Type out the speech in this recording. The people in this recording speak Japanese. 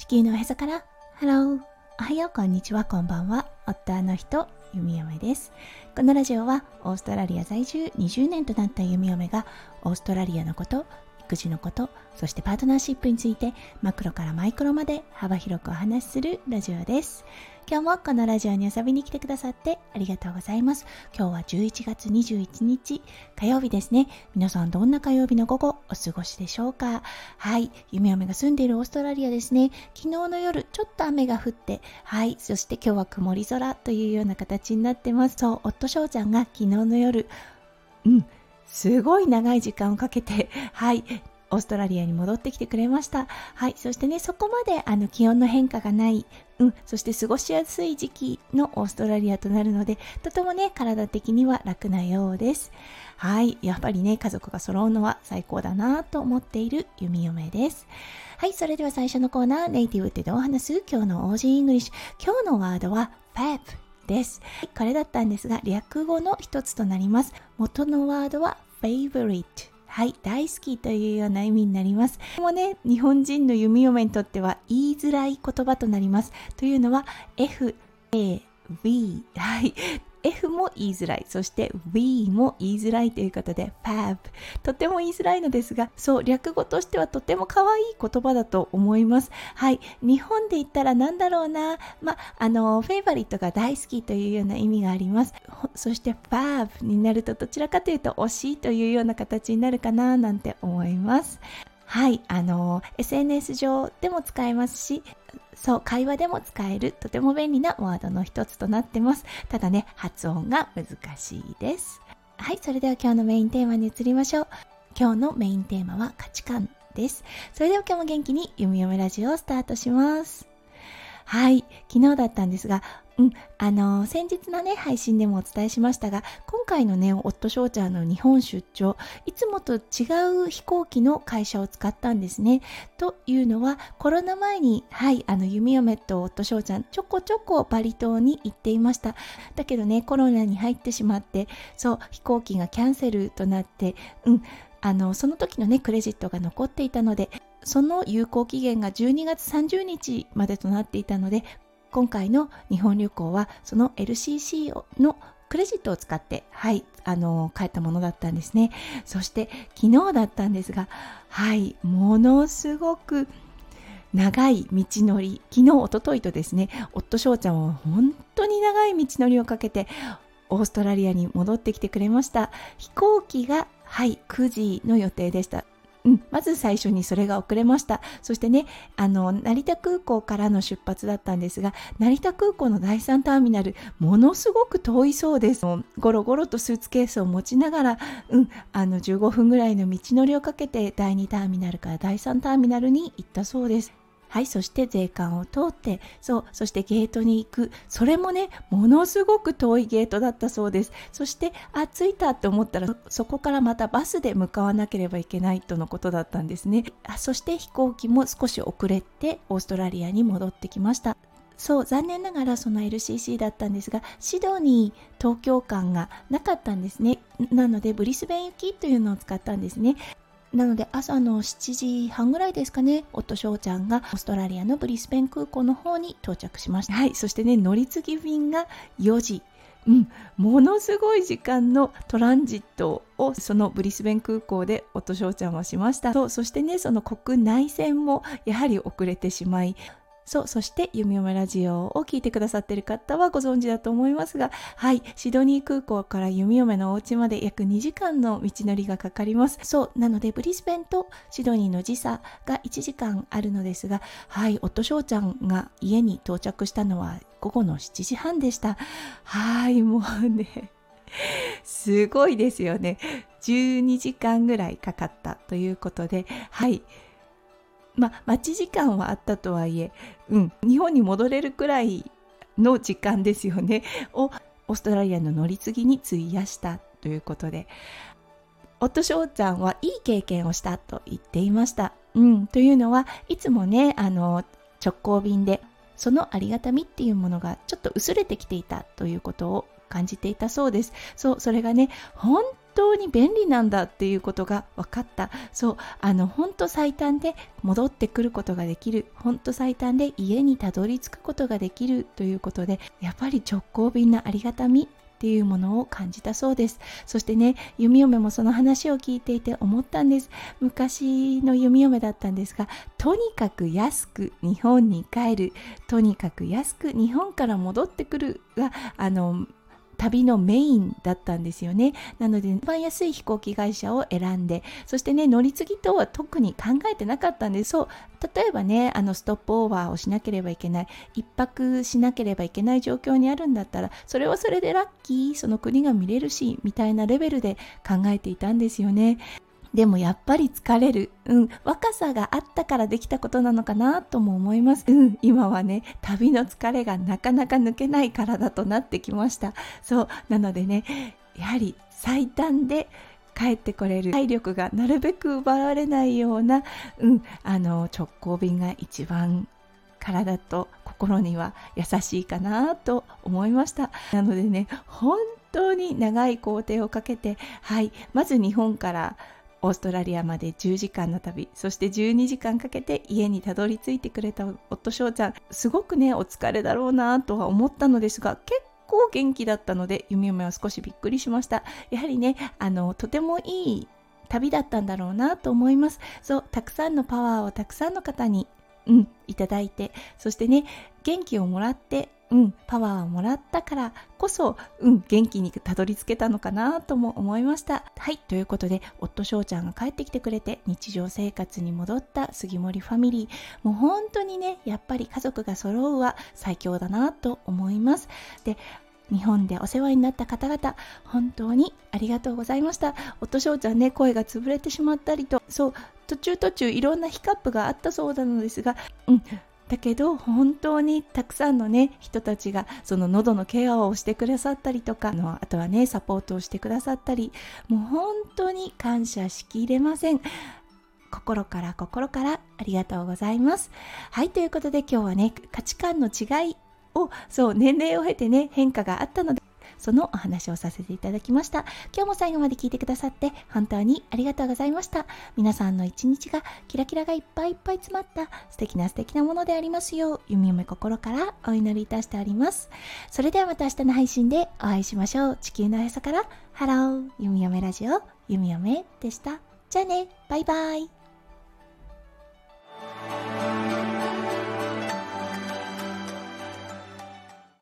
球のへそからハロー、おはよう、こんにちは、こんばんは。夫の人、弓嫁です。このラジオはオーストラリア在住20年となった弓嫁がオーストラリアのこと、育児のこと、そしてパートナーシップについてマクロからマイクロまで幅広くお話しするラジオです。今日もこのラジオに遊びに来てくださってありがとうございます。今日は11月21日火曜日ですね。皆さんどんな火曜日の午後お過ごしでしょうか。はい、弓嫁が住んでいるオーストラリアですね。昨日の夜ちょっと雨が降って、はい、そして今日は曇り空というような形になってます。そう、夫翔ちゃんが昨日の夜すごい長い時間をかけて、はい、オーストラリアに戻ってきてくれました。はい、そしてね、そこまで気温の変化がない、そして過ごしやすい時期のオーストラリアとなるので、とてもね、体的には楽なようです。はい、やっぱりね、家族が揃うのは最高だなと思っている弓嫁です。はい、それでは最初のコーナー、ネイティブってどう話す？今日の OG イングリッシュ。今日のワードは FABです。これだったんですが、略語の一つとなります。元のワードは favorite。はい、大好きというような意味になります。これもね、日本人の弓嫁にとっては言いづらい言葉となります。というのは F-A-V、はい、F も言いづらい、そして V も言いづらいということで FAB、 とても言いづらいのですが、そう、略語としてはとても可愛い言葉だと思います。はい、日本で言ったらなんだろうな、フェイバリットが大好きというような意味があります。そして FAB になるとどちらかというと推しというような形になるかななんて思います。はい、SNS 上でも使えますし、そう、会話でも使えるとても便利なワードの一つとなってます。ただね、発音が難しいです。はい、それでは今日のメインテーマに移りましょう。今日のメインテーマは価値観です。それでは今日も元気に弓嫁ラジオをスタートします。はい、昨日だったんですが、先日のね、配信でもお伝えしましたが、今回のね、夫翔ちゃんの日本出張、いつもと違う飛行機の会社を使ったんですね。というのは、コロナ前に、はい、弓嫁と夫翔ちゃん、ちょこちょこバリ島に行っていました。だけどね、コロナに入ってしまって、そう、飛行機がキャンセルとなって、その時のね、クレジットが残っていたので、その有効期限が12月30日までとなっていたので、今回の日本旅行はその LCC のクレジットを使って、はい、帰ったものだったんですね。そして昨日だったんですが、はい、ものすごく長い道のり、昨日、一昨日とですね、夫翔ちゃんは本当に長い道のりをかけてオーストラリアに戻ってきてくれました。飛行機が、はい、9時の予定でした。まず最初にそれが遅れました。そしてね、成田空港からの出発だったんですが、成田空港の第3ターミナル、ものすごく遠いそうです。ゴロゴロとスーツケースを持ちながら、15分ぐらいの道のりをかけて第2ターミナルから第3ターミナルに行ったそうです。はい、そして税関を通って、そしてゲートに行く。それもね、ものすごく遠いゲートだったそうです。そして、着いたと思ったら、そこからまたバスで向かわなければいけないとのことだったんですね。そして飛行機も少し遅れて、オーストラリアに戻ってきました。そう、残念ながらその LCC だったんですが、シドニー、東京間がなかったんですね。なので、ブリスベン行きというのを使ったんですね。なので朝の7時半ぐらいですかね、夫翔ちゃんがオーストラリアのブリスベン空港の方に到着しました。はい、そしてね、乗り継ぎ便が4時。ものすごい時間のトランジットをそのブリスベン空港で夫翔ちゃんはしました。そしてね、その国内線もやはり遅れてしまい、そして弓嫁ラジオを聞いてくださっている方はご存知だと思いますが、はい、シドニー空港から弓嫁のお家まで約2時間の道のりがかかります。なのでブリスベンとシドニーの時差が1時間あるのですが、はい、夫翔ちゃんが家に到着したのは午後の7時半でした。はい、もうね、すごいですよね。12時間ぐらいかかったということで、はい、待ち時間はあったとはいえ、日本に戻れるくらいの時間ですよねをオーストラリアの乗り継ぎに費やしたということで、夫翔ちゃんはいい経験をしたと言っていました。というのはいつもね、直行便でそのありがたみっていうものがちょっと薄れてきていたということを感じていたそうです。それがね、本当に便利なんだっていうことが分かった。そう、本当最短で戻ってくることができる、本当最短で家にたどり着くことができるということで、やっぱり直行便のありがたみっていうものを感じたそうです。そしてね、弓嫁もその話を聞いていて思ったんです。昔の弓嫁だったんですが、とにかく安く日本に帰る、とにかく安く日本から戻ってくるが旅のメインだったんですよね。なので一番安い飛行機会社を選んで、そしてね、乗り継ぎとは特に考えてなかったんです。そう、例えばね、ストップオーバーをしなければいけない、一泊しなければいけない状況にあるんだったら、それはそれでラッキー、その国が見れるしみたいなレベルで考えていたんですよね。でもやっぱり疲れる、若さがあったからできたことなのかなとも思います。今はね、旅の疲れがなかなか抜けない体となってきました。そうなのでね、やはり最短で帰ってこれる体力がなるべく奪われないような、直行便が一番体と心には優しいかなと思いました。なのでね、本当に長い行程をかけて、まず日本からオーストラリアまで10時間の旅、そして12時間かけて家にたどり着いてくれた夫翔ちゃん、すごくねお疲れだろうなとは思ったのですが、結構元気だったので弓嫁は少しびっくりしました。やはりね、とてもいい旅だったんだろうなと思います。そう、たくさんのパワーをたくさんの方にいただいて、そしてね、元気をもらってパワーをもらったからこそ、元気にたどり着けたのかなとも思いました。ということで、夫翔ちゃんが帰ってきてくれて日常生活に戻った杉森ファミリー、もう本当にね、やっぱり家族が揃うは最強だなと思います。で、日本でお世話になった方々、本当にありがとうございました。夫翔ちゃんね、声が潰れてしまったりと、そう、途中いろんなヒカップがあったそうなのですが、だけど本当にたくさんのね人たちがその喉のケアをしてくださったりとか、あとはねサポートをしてくださったり、もう本当に感謝しきれません。心からありがとうございます。ということで今日はね、価値観の違いを、そう、年齢を経てね変化があったので、そのお話をさせていただきました。今日も最後まで聞いてくださって本当にありがとうございました。皆さんの一日がキラキラがいっぱいいっぱい詰まった素敵なものでありますよう、弓嫁心からお祈りいたしております。それではまた明日の配信でお会いしましょう。地球の速さからハロー、弓嫁ラジオ、弓嫁でした。じゃあね、バイバイ。